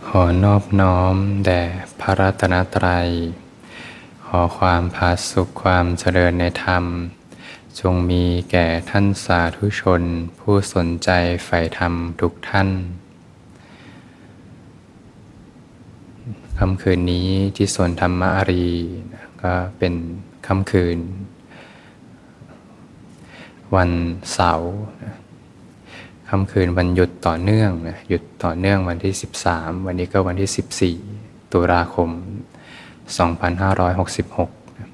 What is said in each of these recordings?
ขอนอบน้อมแด่พระรัตนตรัยขอความผาสุกความเจริญในธรรมจงมีแก่ท่านสาธุชนผู้สนใจใฝ่ธรรมทุกท่านค่ำคืนนี้ที่สวนธรรมอารีก็เป็นค่ำคืนวันเสาร์ค่ำคืนวันหยุดต่อเนื่องหยุดต่อเนื่องวันที่13วันนี้ก็วันที่14ตุลาคม2566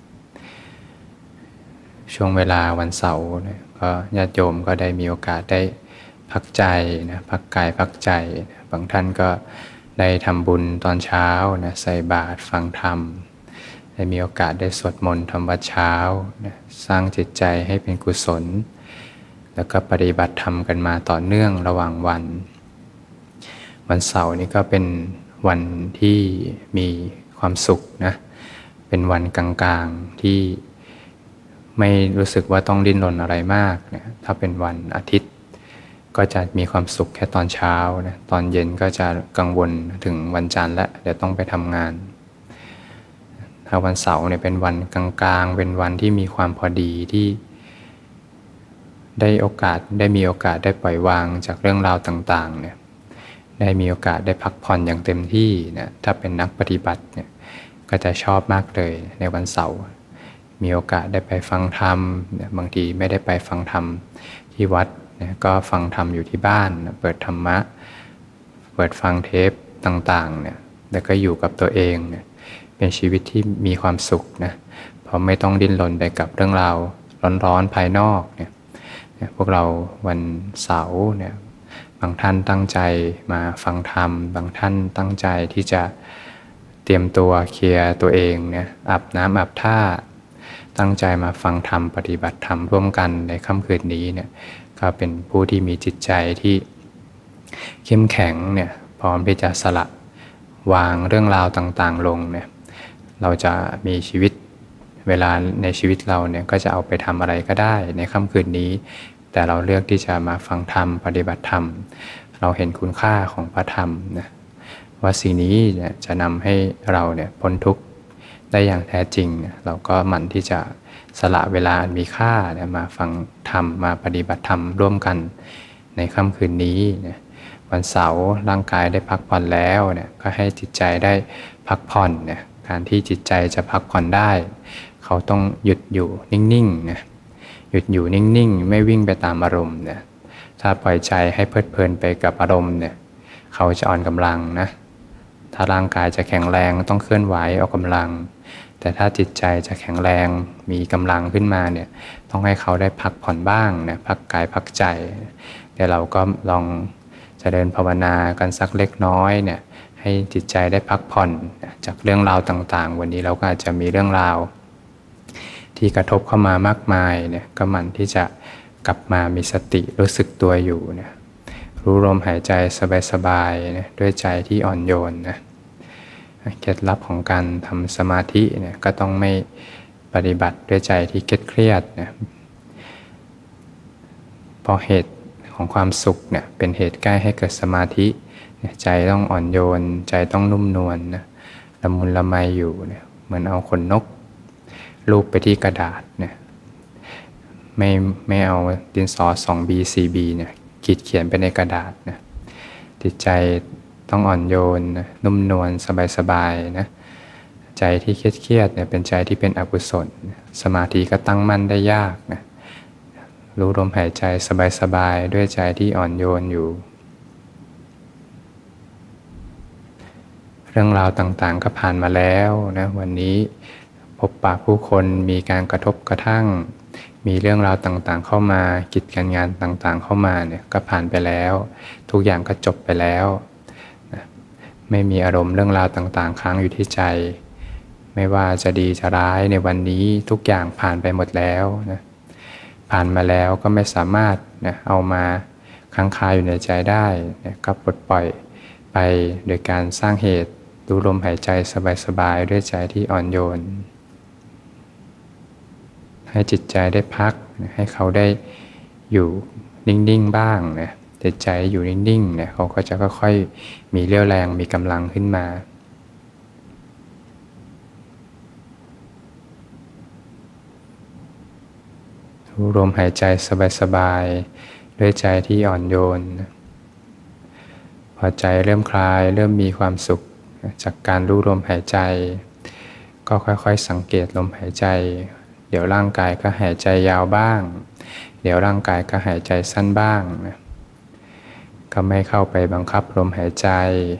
ช่วงเวลาวันเสาร์ก็ญาติโยมก็ได้มีโอกาสได้พักใจพักกายพักใจบางท่านก็ได้ทำบุญตอนเช้าใส่บาตรฟังธรรมได้มีโอกาสได้สวดมนต์ทำวัดเช้าสร้างจิตใจให้เป็นกุศลแล้วก็ปฏิบัติธรรมกันมาต่อเนื่องระหว่างวันเสาร์นี้ก็เป็นวันที่มีความสุขเป็นวันกลางๆที่ไม่รู้สึกว่าต้องดิ้นรนอะไรมากถ้าเป็นวันอาทิตย์ก็จะมีความสุขแค่ตอนเช้าตอนเย็นก็จะกังวลถึงวันจันทร์และเดี๋ยวต้องไปทำงานถ้าวันเสาร์เนี่ยเป็นวันกลางๆเป็นวันที่มีความพอดีที่ได้มีโอกาสได้ปล่อยวางจากเรื่องราวต่างๆได้มีโอกาสได้พักผ่อนอย่างเต็มที่ถ้าเป็นนักปฏิบัติก็จะชอบมากเลยในวันเสาร์มีโอกาสได้ไปฟังธรรมบางทีไม่ได้ไปฟังธรรมที่วัดก็ฟังธรรมอยู่ที่บ้านเปิดธรรมะเปิดฟังเทปต่างๆแล้วก็อยู่กับตัวเองเป็นชีวิตที่มีความสุขเพราะไม่ต้องดิ้นรนไปกับเรื่องราวร้อนๆภายนอกพวกเราวันเสาร์บางท่านตั้งใจมาฟังธรรมบางท่านตั้งใจที่จะเตรียมตัวเคลียร์ตัวเองอาบน้ำอาบท่าตั้งใจมาฟังธรรมปฏิบัติธรรมร่วมกันในค่ำคืนนี้ก็เป็นผู้ที่มีจิตใจที่เข้มแข็งพร้อมที่จะสละวางเรื่องราวต่างๆลงเราจะมีชีวิตเวลาในชีวิตเราก็จะเอาไปทำอะไรก็ได้ในค่ำคืนนี้แต่เราเลือกที่จะมาฟังธรรมปฏิบัติธรรมเราเห็นคุณค่าของพระธรรมว่าสิ่งนี้จะนำให้เราพ้นทุกข์ได้อย่างแท้จริงเราก็หมั่นที่จะสละเวลาอันมีค่ามาฟังธรรมมาปฏิบัติธรรมร่วมกันในค่ำคืนนี้วันเสาร์ร่างกายได้พักผ่อนแล้วก็ให้จิตใจได้พักผ่อนการที่จิตใจจะพักผ่อนได้เขาต้องหยุดอยู่นิ่งๆหยุดอยู่นิ่งๆไม่วิ่งไปตามอารมณ์ถ้าปล่อยใจให้เพลิดเพลินไปกับอารมณ์เขาจะอ่อนกำลังถ้าร่างกายจะแข็งแรงต้องเคลื่อนไหวออกกำลังแต่ถ้าจิตใจจะแข็งแรงมีกำลังขึ้นมาต้องให้เขาได้พักผ่อนบ้างพักกายพักใจแต่เราก็ลองเจริญภาวนากันสักเล็กน้อยให้จิตใจได้พักผ่อนจากเรื่องราวต่างๆวันนี้เราก็อาจจะมีเรื่องราวที่กระทบเข้ามามากมายก็หมั่นที่จะกลับมามีสติรู้สึกตัวอยู่รู้ลมหายใจสบายๆด้วยใจที่อ่อนโยนเคล็ดลับของการทำสมาธิก็ต้องไม่ปฏิบัติด้วยใจที่เครียดเพราะเหตุของความสุขเป็นเหตุใกล้ให้เกิดสมาธิใจต้องอ่อนโยนใจต้องนุ่มนวลละมุนละไมอยู่เหมือนเอาขนนกลูบไปที่กระดาษไม่เอาดินสอ 2B 4B ขีดเขียนไปในกระดาษจิตใจต้องอ่อนโยนนุ่มนวลสบายๆใจที่เครียดเป็นใจที่เป็นอกุศลสมาธิก็ตั้งมั่นได้ยากรู้ลมหายใจสบายๆด้วยใจที่อ่อนโยนอยู่เรื่องราวต่างๆก็ผ่านมาแล้ววันนี้พบปะผู้คนมีการกระทบกระทั่งมีเรื่องราวต่างๆเข้ามากิจการงานต่างๆเข้ามาก็ผ่านไปแล้วทุกอย่างก็จบไปแล้วไม่มีอารมณ์เรื่องราวต่างๆค้างอยู่ที่ใจไม่ว่าจะดีจะร้ายในวันนี้ทุกอย่างผ่านไปหมดแล้วผ่านมาแล้วก็ไม่สามารถเอามาค้างคาอยู่ในใจได้ก็ปลดปล่อยไปโดยการสร้างเหตุดูลมหายใจสบายๆด้วยใจที่อ่อนโยนให้จิตใจได้พักให้เขาได้อยู่นิ่งๆบ้างแต่ใจอยู่นิ่งๆเนี่ยเขาก็จะค่อยๆมีเรี่ยวแรงมีกำลังขึ้นมารู้ลมหายใจสบายๆด้วยใจที่อ่อนโยนพอใจเริ่มคลายเริ่มมีความสุขจากการรู้ลมหายใจก็ค่อยๆสังเกตลมหายใจเดี๋ยวร่างกายก็หายใจยาวบ้างเดี๋ยวร่างกายก็หายใจสั้นบ้างนะก็ไม่เข้าไปบังคับลมหายใจ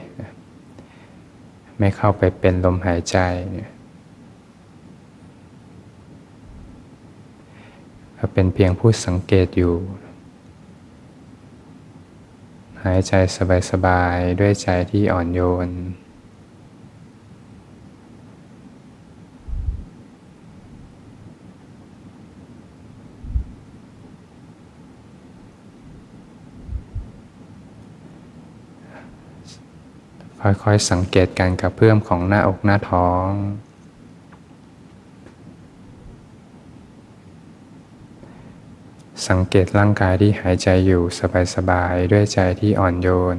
ไม่เข้าไปเป็นลมหายใจก็เป็นเพียงผู้สังเกตอยู่หายใจสบายๆด้วยใจที่อ่อนโยนค่อยๆสังเกตการกระเพื่อมของหน้าอกหน้าท้องสังเกตร่างกายที่หายใจอยู่สบายๆด้วยใจที่อ่อนโยน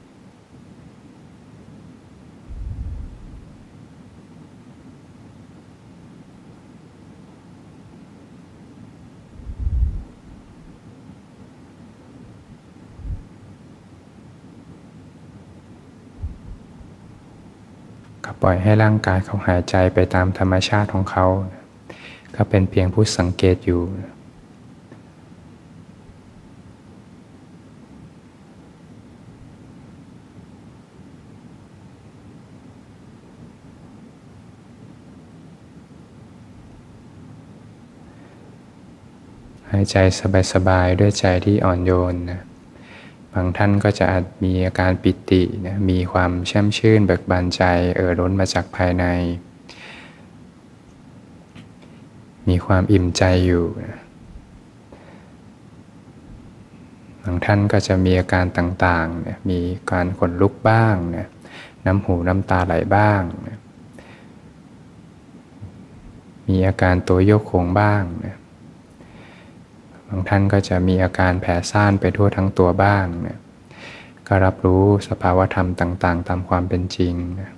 ก็ปล่อยให้ร่างกายเขาหายใจไปตามธรรมชาติของเขาก็เป็นเพียงผู้สังเกตอยู่หายใจสบายๆด้วยใจที่อ่อนโยนนะบางท่านก็จะอาจมีอาการปิตินะมีความแช่มชื่นเบิกบานใจล้นมาจากภายในมีความอิ่มใจอยู่นะบางท่านก็จะมีอาการต่างๆนะมีการขนลุกบ้างนะน้ำหูน้ำตาไหลบ้างนะมีอาการตัวโยกโคงบ้างนะบางท่านก็จะมีอาการแผ่ซ่านไปทั่วทั้งตัวบ้างนะก็รับรู้สภาวธรรมต่างๆตามความเป็นจริงนะ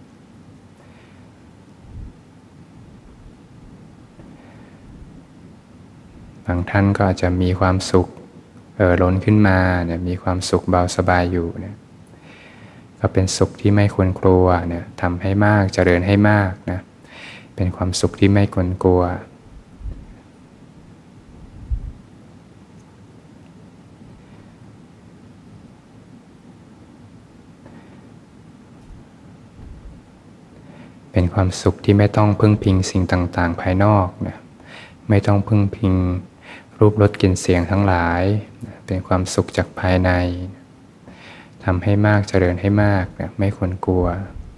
บางท่านก็อาจจะมีความสุขล้นขึ้นมาเนี่ยมีความสุขเบาสบายอยู่เนี่ยก็เป็นสุขที่ไม่ควรกลัวเนี่ยทำให้มากเจริญให้มากนะเป็นความสุขที่ไม่ควรกลัวเป็นความสุขที่ไม่ต้องพึ่งพิงสิ่งต่างๆภายนอกนะไม่ต้องพึ่งพิงรูปรสกลิ่นเสียงทั้งหลายเป็นความสุขจากภายในทำให้มากเจริญให้มากนะไม่ควรกลัว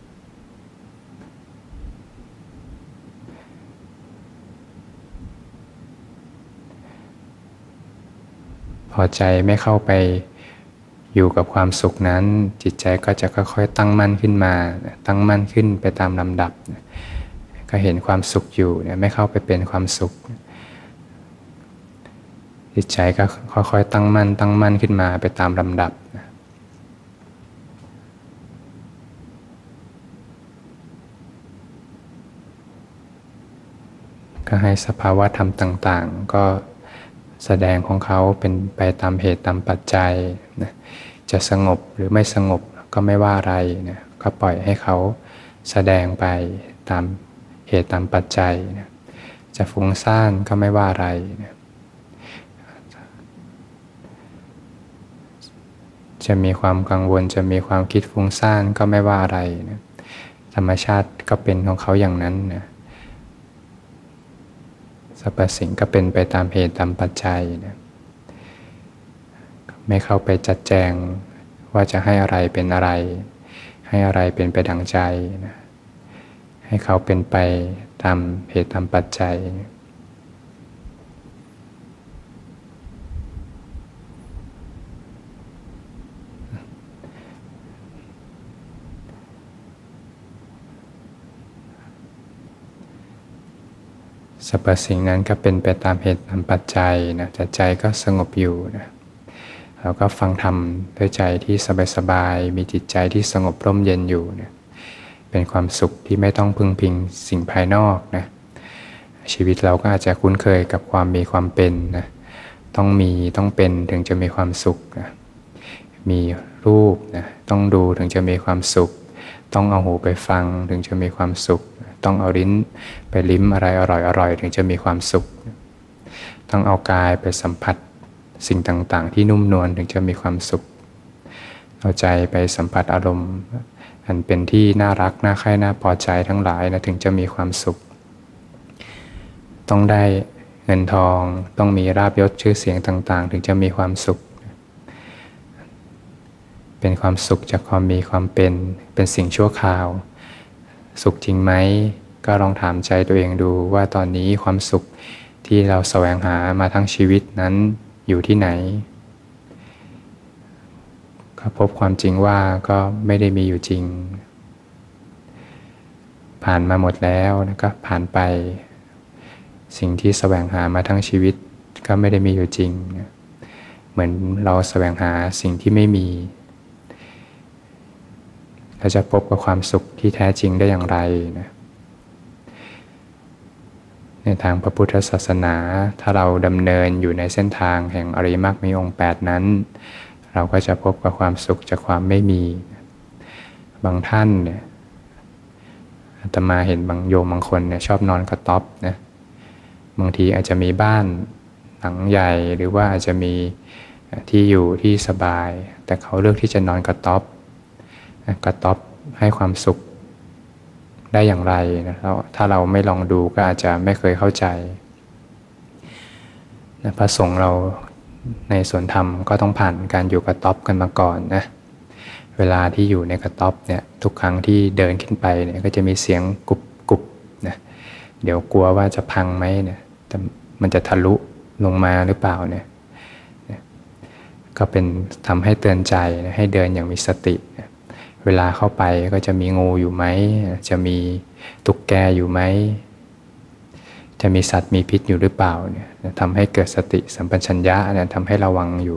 พอใจไม่เข้าไปอยู่กับความสุขนั้นจิตใจก็จะค่อยๆตั้งมั่นขึ้นมาตั้งมั่นขึ้นไปตามลำดับก็เห็นความสุขอยู่ไม่เข้าไปเป็นความสุขจิตใจก็ค่อยๆตั้งมั่นขึ้นมาไปตามลำดับก็ให้สภาวะธรรมต่างๆก็แสดงของเขาเป็นไปตามเหตุตามปัจจัยนะจะสงบหรือไม่สงบก็ไม่ว่าอะไรนะก็ปล่อยให้เขาแสดงไปตามเหตุตามปัจจัยนะจะฟุ้งซ่านก็ไม่ว่าอะไรนะจะมีความกังวลจะมีความคิดฟุ้งซ่านก็ไม่ว่าอะไรนะธรรมชาติก็เป็นของเขาอย่างนั้นนะสรรพสิ่งก็เป็นไปตามเหตุตามปัจจัยนะไม่เข้าไปจัดแจงว่าจะให้อะไรเป็นอะไรให้อะไรเป็นไปดังใจนะให้เขาเป็นไปตามเหตุตามปัจจัยสรรพสิ่งนั้นก็เป็นไปตามเหตุตามปัจจัยนะแต่ใจก็สงบอยู่นะเราก็ฟังธรรมด้วยใจที่สบายๆมีจิตใจที่สงบร่มเย็นอยู่เนี่ยเป็นความสุขที่ไม่ต้องพึ่งพิงสิ่งภายนอกนะชีวิตเราก็อาจจะคุ้นเคยกับความมีความเป็นนะต้องมีต้องเป็นถึงจะมีความสุขนะมีรูปนะต้องดูถึงจะมีความสุขต้องเอาหูไปฟังถึงจะมีความสุขต้องเอาลิ้นไปลิ้มอะไรอร่อยๆถึงจะมีความสุขต้องเอากายไปสัมผัสสิ่งต่างๆที่นุ่มนวลถึงจะมีความสุขเอาใจไปสัมผัสอารมณ์อันเป็นที่น่ารักน่าใคร่น่าพอใจทั้งหลายนะถึงจะมีความสุขต้องได้เงินทองต้องมีลาภยศชื่อเสียงต่างๆถึงจะมีความสุขเป็นความสุขจากความมีความเป็นสิ่งชั่วคราวสุขจริงไหมก็ลองถามใจตัวเองดูว่าตอนนี้ความสุขที่เราแสวงหามาทั้งชีวิตนั้นอยู่ที่ไหนก็พบความจริงว่าก็ไม่ได้มีอยู่จริงผ่านมาหมดแล้วก็ผ่านไปสิ่งที่แสวงหามาทั้งชีวิตก็ไม่ได้มีอยู่จริงเหมือนเราแสวงหาสิ่งที่ไม่มีเราจะพบกับความสุขที่แท้จริงได้อย่างไรนะในทางพระพุทธศาสนาถ้าเราดำเนินอยู่ในเส้นทางแห่งอริยมรรคมีองค์8นั้นเราก็จะพบกับความสุขจากความไม่มีบางท่านเนี่ยอาตมาเห็นบางโยมบางคนเนี่ยชอบนอนกระต๊อบนะบางทีอาจจะมีบ้านหลังใหญ่หรือว่าอาจจะมีที่อยู่ที่สบายแต่เขาเลือกที่จะนอนกระต๊อบให้ความสุขได้อย่างไรนะถ้าเราไม่ลองดูก็อาจจะไม่เคยเข้าใจนะพระสงฆ์เราในสวนธรรมก็ต้องผ่านการอยู่กระต๊อบกันมาก่อนนะเวลาที่อยู่ในกระต๊อบเนี่ยทุกครั้งที่เดินขึ้นไปเนี่ยก็จะมีเสียงกุบกุบนะเดี๋ยวกลัวว่าจะพังไหมเนี่ยมันจะทะลุลงมาหรือเปล่าเนี่ยก็เป็นทำให้เตือนใจนะให้เดินอย่างมีสตินะเวลาเข้าไปก็จะมีงูอยู่ไหมจะมีตุ๊กแกอยู่ไหมจะมีสัตว์มีพิษอยู่หรือเปล่าเนี่ยทำให้เกิดสติสัมปชัญญะเนี่ยทำให้ระวังอยู่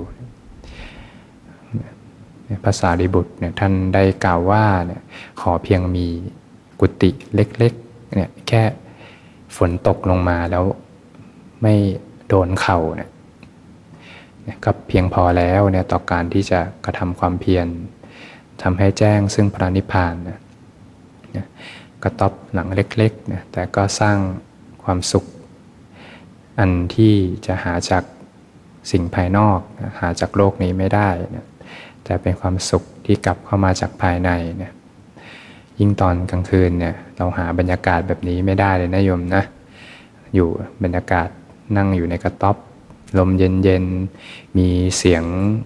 ภาษาริบุตรเนี่ยท่านได้กล่าวว่าเนี่ยขอเพียงมีกุฏิเล็กๆเนี่ยแค่ฝนตกลงมาแล้วไม่โดนเข่าเนี่ยก็เพียงพอแล้วเนี่ยต่อการที่จะกระทำความเพียรทำให้แจ้งซึ่งพระนิพพานนะกระต๊อบหลังเล็กๆนะแต่ก็สร้างความสุขอันที่จะหาจากสิ่งภายนอกนะหาจากโลกนี้ไม่ได้นะแต่เป็นความสุขที่กลับเข้ามาจากภายในนะยิ่งตอนกลางคืนเนี่ยเราหาบรรยากาศแบบนี้ไม่ได้เลยนะโยมนะอยู่บรรยากาศนั่งอยู่ในกระต๊อบลมเย็นๆมีเสียง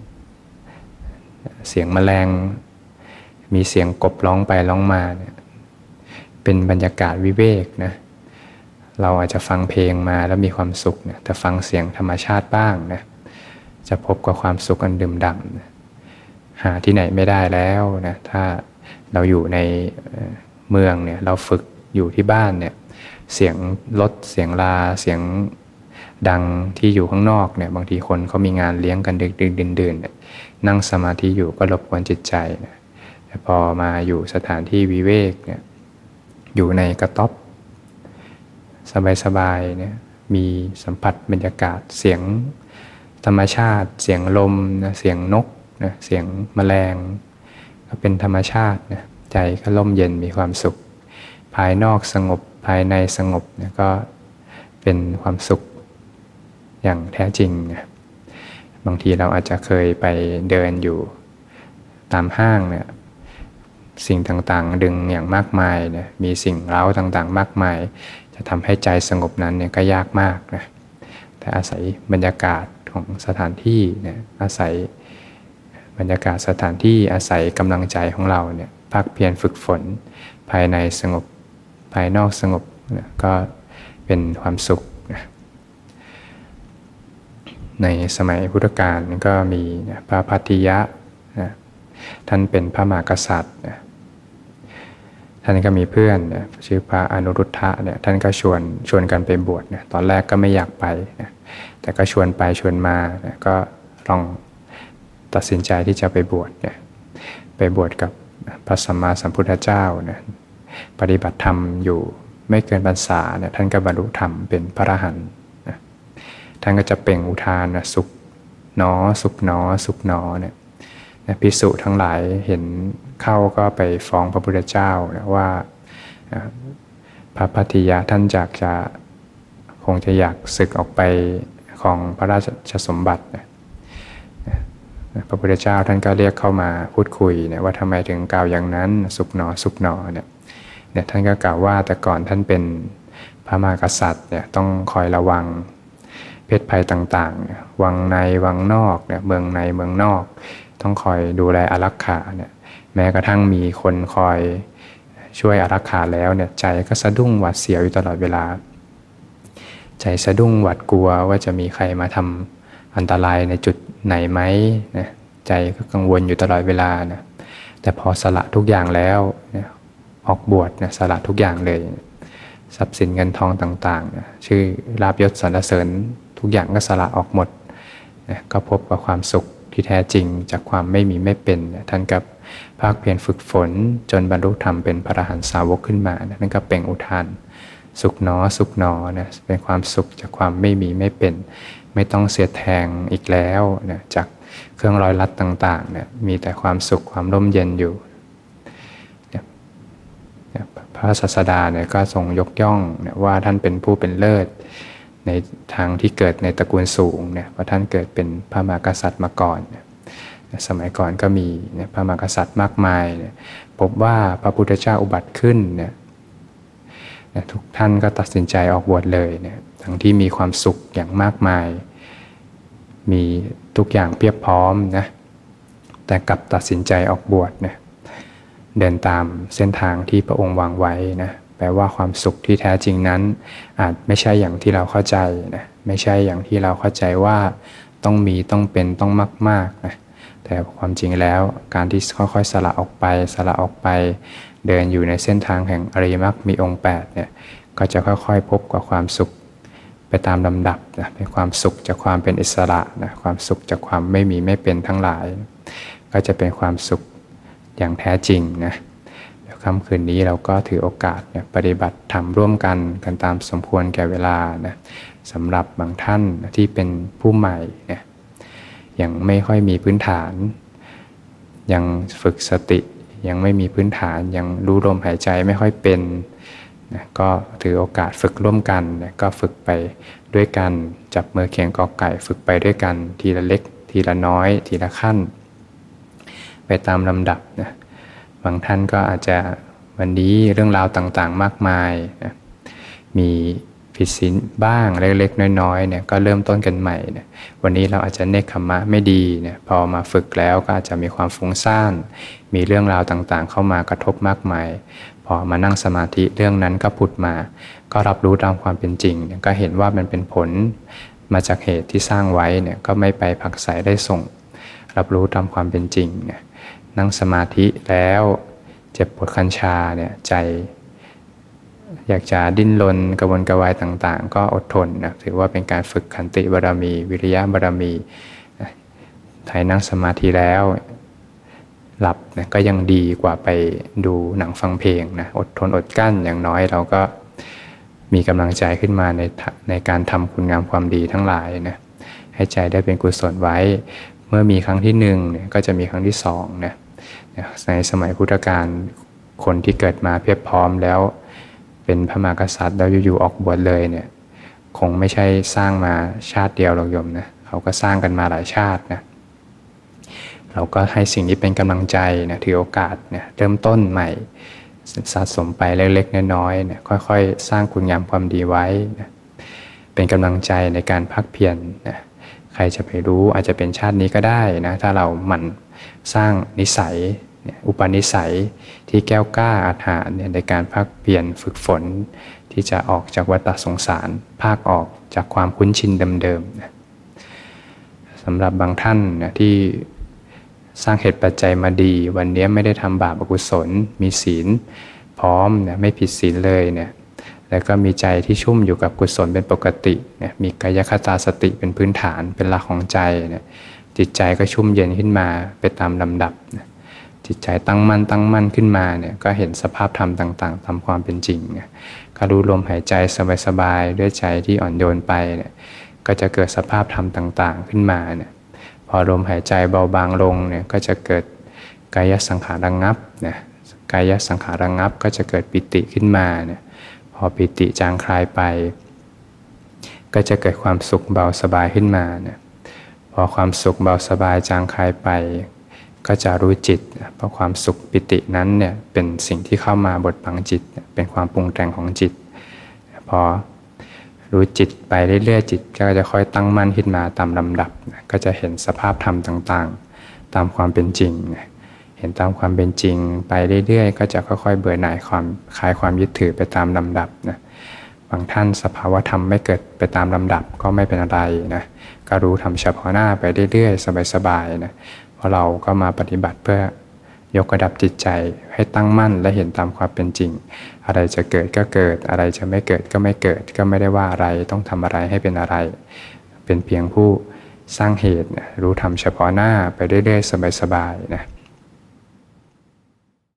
แมลงมีเสียงกบร้องไปร้องมาเนี่ยเป็นบรรยากาศวิเวกนะเราอาจจะฟังเพลงมาแล้วมีความสุขเนี่ยแต่ฟังเสียงธรรมชาติบ้างนะจะพบกับความสุขอันดื่มด่ำนะหาที่ไหนไม่ได้แล้วนะถ้าเราอยู่ในเมืองเนี่ยเราฝึกอยู่ที่บ้านเนี่ยเสียงรถเสียงลาเสียงดังที่อยู่ข้างนอกเนี่ยบางทีคนเขามีงานเลี้ยงกันดึกดื่นเนี่ยนั่งสมาธิอยู่ก็รบกวนจิตใจนะแต่พอมาอยู่สถานที่วิเวกเนี่ยอยู่ในกระต๊อบสบายๆเนี่ยมีสัมผัสบรรยากาศเสียงธรรมชาติเสียงลมนะเสียงนกนะเสียงแมลงก็เป็นธรรมชาตินะใจก็ร่มเย็นมีความสุขภายนอกสงบภายในสงบเนี่ยก็เป็นความสุขอย่างแท้จริงนะบางทีเราอาจจะเคยไปเดินอยู่ตามห้างเนี่ยสิ่งต่างๆดึงอย่างมากมายเนี่ยมีสิ่งเร้าต่างๆมากมายจะทำให้ใจสงบนั้นเนี่ยก็ยากมากนะแต่อาศัยบรรยากาศของสถานที่เนี่ยอาศัยบรรยากาศสถานที่อาศัยกำลังใจของเราเนี่ยภาคเพียรฝึกฝนภายในสงบภายนอกสงบนะก็เป็นความสุขนะในสมัยพุทธกาลก็มีพระพัทธิยะนะท่านเป็นพระมหากษัตริย์นะท่านก็มีเพื่อนนะชื่อพระอนุรุทธะเนี่ยท่านก็ชวนกันไปบวชนะตอนแรกก็ไม่อยากไปนะแต่ก็ชวนไปชวนมานะก็ลองตัดสินใจที่จะไปบวชเนี่ยไปบวชกับพระสัมมาสัมพุทธเจ้าเนี่ยปฏิบัติธรรมอยู่ไม่เกินพรรษาเนี่ยท่านก็บรรลุธรรมเป็นพระอรหันต์นะท่านก็จะเปล่งอุทานนะสุขหนอสุขหนอสุขหนอเนี่ยภิกษุทั้งหลายเห็นเข้าก็ไปฟ้องพระพุทธเจ้านะว่าพระภัททิยะท่านคงจะอยากสึกออกไปของพระราชสมบัตินะพระพุทธเจ้าท่านก็เรียกเข้ามาพูดคุยเนี่ยว่าทำไมถึงกล่าวอย่างนั้นสุขหนอสุขหนอเนี่ยท่านก็กล่าวว่าแต่ก่อนท่านเป็นพระมหากษัตริย์เนี่ยต้องคอยระวังเพศภัยต่างๆวังในวังนอกเนี่ยเมืองในเมืองนอกต้องคอยดูแลอารักขาเนี่ยแม้กระทั่งมีคนคอยช่วยอารักขาแล้วเนี่ยใจก็สะดุ้งหวาดเสียวอยู่ตลอดเวลาใจสะดุ้งหวาดกลัวว่าจะมีใครมาทำอันตรายในจุดไหนไหมนะใจก็กังวลอยู่ตลอดเวลานะแต่พอสละทุกอย่างแล้วนะออกบวชนะสละทุกอย่างเลยทรัพย์สินเงินทองต่างๆนะชื่อลาภยศสรรเสริญทุกอย่างก็สละออกหมดนะก็พบกับความสุขที่แท้จริงจากความไม่มีไม่เป็นนะท่านกับภาคเพียรฝึกฝนจนบรรลุธรรมเป็นพระอรหันตสาวกขึ้นมานะนั่นก็เปล่งอุทานสุขหนอสุขหนอนะเป็นความสุขจากความไม่มีไม่เป็นไม่ต้องเสียดแทงอีกแล้วนะจากเครื่องร้อยลัดต่างๆเนี่ยมีแต่ความสุขความร่มเย็นอยู่พระศาสดาเนี่ยก็ทรงยกย่องเนี่ยว่าท่านเป็นผู้เป็นเลิศในทางที่เกิดในตระกูลสูงเนี่ยเพราะท่านเกิดเป็นพระมหากษัตริย์มาก่อนสมัยก่อนก็มีพระมหากษัตริย์มากมายเนี่ยพบว่าพระพุทธเจ้าอุบัติขึ้นเนี่ยทุกท่านก็ตัดสินใจออกบวชเลยเนี่ยทั้งที่มีความสุขอย่างมากมายมีทุกอย่างเพียบพร้อมนะแต่กลับตัดสินใจออกบวชนะเดินตามเส้นทางที่พระองค์วางไว้นะแปลว่าความสุขที่แท้จริงนั้นอาจไม่ใช่อย่างที่เราเข้าใจนะไม่ใช่อย่างที่เราเข้าใจว่าต้องมีต้องเป็นต้องมากๆนะแต่ความจริงแล้วการที่ค่อยๆสละออกไปเดินอยู่ในเส้นทางแห่งอริยมรรคมีองค์8เนี่ยก็จะค่อยๆพบกับความสุขไปตามลำดับนะเป็นความสุขจากความเป็นอิสระนะความสุขจากความไม่มีไม่เป็นทั้งหลายก็จะเป็นความสุขอย่างแท้จริงนะค่ำคืนนี้เราก็ถือโอกาสปฏิบัติธรรมร่วมกันตามสมควรแก่เวลานะสำหรับบางท่านที่เป็นผู้ใหม่เนี่ยยังไม่ค่อยมีพื้นฐานยังฝึกสติยังไม่มีพื้นฐานยังรู้ลมหายใจไม่ค่อยเป็นนะก็ถือโอกาสฝึกร่วมกันนะก็ฝึกไปด้วยกันจับมือเคียงกอไก่ฝึกไปด้วยกันทีละเล็กทีละน้อยทีละขั้นไปตามลำดับนะบางท่านก็อาจจะวันนี้เรื่องราวต่างๆมากมายนะมีผิดศีลบ้างเล็กๆน้อยๆเนี่ยก็เริ่มต้นกันใหม่เนี่ยวันนี้เราอาจจะเนกขัมมะไม่ดีเนี่ยพอมาฝึกแล้วก็อาจจะมีความฟุ้งซ่านมีเรื่องราวต่างๆเข้ามากระทบมากมายพอมานั่งสมาธิเรื่องนั้นก็ผุดมาก็รับรู้ตามความเป็นจริงเนี่ยก็เห็นว่ามันเป็นผลมาจากเหตุที่สร้างไว้เนี่ยก็ไม่ไปผลักไสได้ส่งรับรู้ตามความเป็นจริงเนี่ยนั่งสมาธิแล้วเจ็บปวดคันชาเนี่ยใจอยากจะดิ้นรนกระวนกระวายต่างๆก็อดทนนะถือว่าเป็นการฝึกขันติบารมีวิริยะบารมีถ้านั่งสมาธิแล้วหลับนะก็ยังดีกว่าไปดูหนังฟังเพลงนะอดทนอดกลั้นอย่างน้อยเราก็มีกำลังใจขึ้นมาในการทำคุณงามความดีทั้งหลายนะให้ใจได้เป็นกุศลไว้เมื่อมีครั้งที่1เนี่ยก็จะมีครั้งที่2นะในสมัยพุทธกาลคนที่เกิดมาเพียบพร้อมแล้วเป็นพระมหากษัตริย์แล้วอยู่ๆออกบวชเลยเนี่ยคงไม่ใช่สร้างมาชาติเดียวหรอกโยมนะเขาก็สร้างกันมาหลายชาตินะเราก็ให้สิ่งนี้เป็นกำลังใจนะถือโอกาสเนี่ยเริ่มต้นใหม่สะสมไปเล็กๆน้อยๆเนี่ยค่อยๆสร้างคุณงามความดีไว้นะเป็นกำลังใจในการภาคเพียรนะใครจะไปรู้อาจจะเป็นชาตินี้ก็ได้นะถ้าเราหมั่นสร้างนิสัยอุปนิสัยที่แก้วกล้าอาถรรพ์ในการภาคเพียรฝึกฝนที่จะออกจากวัฏสงสารภาคออกจากความคุ้นชินเดิมๆนะสำหรับบางท่านนะที่สร้างเหตุปัจจัยมาดีวันนี้ไม่ได้ทำบาปอกุศลมีศีลพร้อมนะไม่ผิดศีลเลยเนี่ยแล้วก็มีใจที่ชุ่มอยู่กับกุศลเป็นปกติเนี่ยมีกายคตาสติเป็นพื้นฐานเป็นหลักของใจเนี่ยจจิตใจก็ชุ่มเย็นขึ้นมาไปตามลำดับนะจิตใจตั้งมั่นขึ้นมาเนี่ยก็เห็นสภาพธรรมต่างๆตามความเป็นจริงนะก็รู้ลมหายใจสบายๆด้วยใจที่อ่อนโยนไปเนี่ยก็จะเกิดสภาพธรรมต่างๆขึ้นมาเนี่ยพอลมหายใจเบาบางลงเนี่ยก็จะเกิดกายสังขารระงับนะกายสังขารระงับก็จะเกิดปิติขึ้นมาเนี่ยพอปิติจางคลายไปก็จะเกิดความสุขเบาสบายขึ้นมาเนี่ยพอความสุขเบาสบายจางคลายไปก็จะรู้จิตเพราะความสุขปิตินั้นเนี่ยเป็นสิ่งที่เข้ามาบดบังจิตเป็นความปรุงแต่งของจิตพอรู้จิตไปเรื่อยๆจิตก็จะค่อยตั้งมั่นขึ้นมาตามลำดับก็จะเห็นสภาพธรรมต่างๆตามความเป็นจริงเห็นตามความเป็นจริงไปเรื่อยๆก็จะค่อยๆเบื่อหน่ายความคลายความยึดถือไปตามลำดับนะบางท่านสภาวธรรมไม่เกิดไปตามลำดับก็ไม่เป็นอะไรนะก็รู้ทำเฉพาะหน้าไปเรื่อยๆสบายๆนะเพราะเราก็มาปฏิบัติเพื่อยกระดับจิตใจให้ตั้งมั่นและเห็นตามความเป็นจริงอะไรจะเกิดก็เกิดอะไรจะไม่เกิดก็ไม่เกิดก็ไม่ได้ว่าอะไรต้องทำอะไรให้เป็นอะไรเป็นเพียงผู้สร้างเหตุรู้ทำเฉพาะหน้าไปเรื่อยๆสบายๆนะ